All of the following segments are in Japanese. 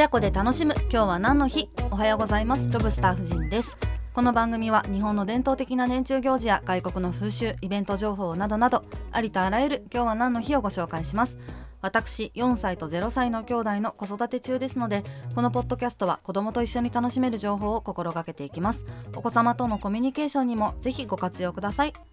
親子で楽しむ今日は何の日。おはようございます。ロブスター夫人です。この番組は日本の伝統的な年中行事や外国の風習、イベント情報などなどありとあらゆる今日は何の日をご紹介します。私4歳と0歳の兄弟の子育て中ですので、このポッドキャストは子供と一緒に楽しめる情報を心がけていきます。お子様とのコミュニケーションにもぜひご活用ください。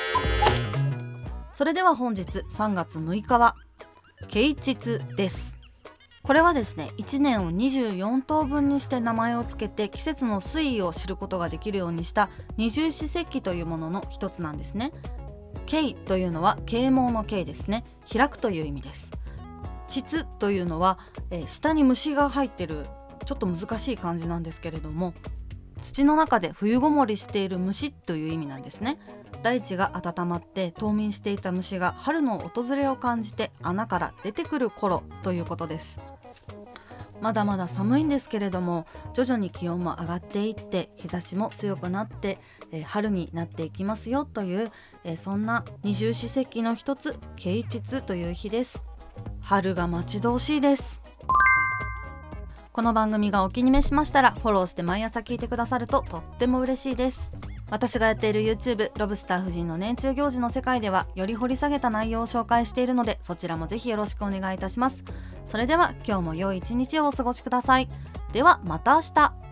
それでは本日3月6日は啓蟄です。これはですね、1年を24等分にして名前をつけて季節の推移を知ることができるようにした二十四節気というものの一つなんですね。啓というのは啓蒙の啓ですね。開くという意味です。蟄というのは、下に虫が入ってるちょっと難しい漢字なんですけれども、土の中で冬ごもりしている虫という意味なんですね。大地が温まって冬眠していた虫が春の訪れを感じて穴から出てくる頃ということです。まだまだ寒いんですけれども、徐々に気温も上がっていって日差しも強くなって、春になっていきますよという、そんな二十四節気の一つ啓蟄という日です。春が待ち遠しいです。この番組がお気に召しましたらフォローして毎朝聞いてくださるととっても嬉しいです。私がやっている YouTube ロブスター夫人の年中行事の世界ではより掘り下げた内容を紹介しているので、そちらもぜひよろしくお願いいたします。それでは今日も良い一日をお過ごしください。ではまた明日。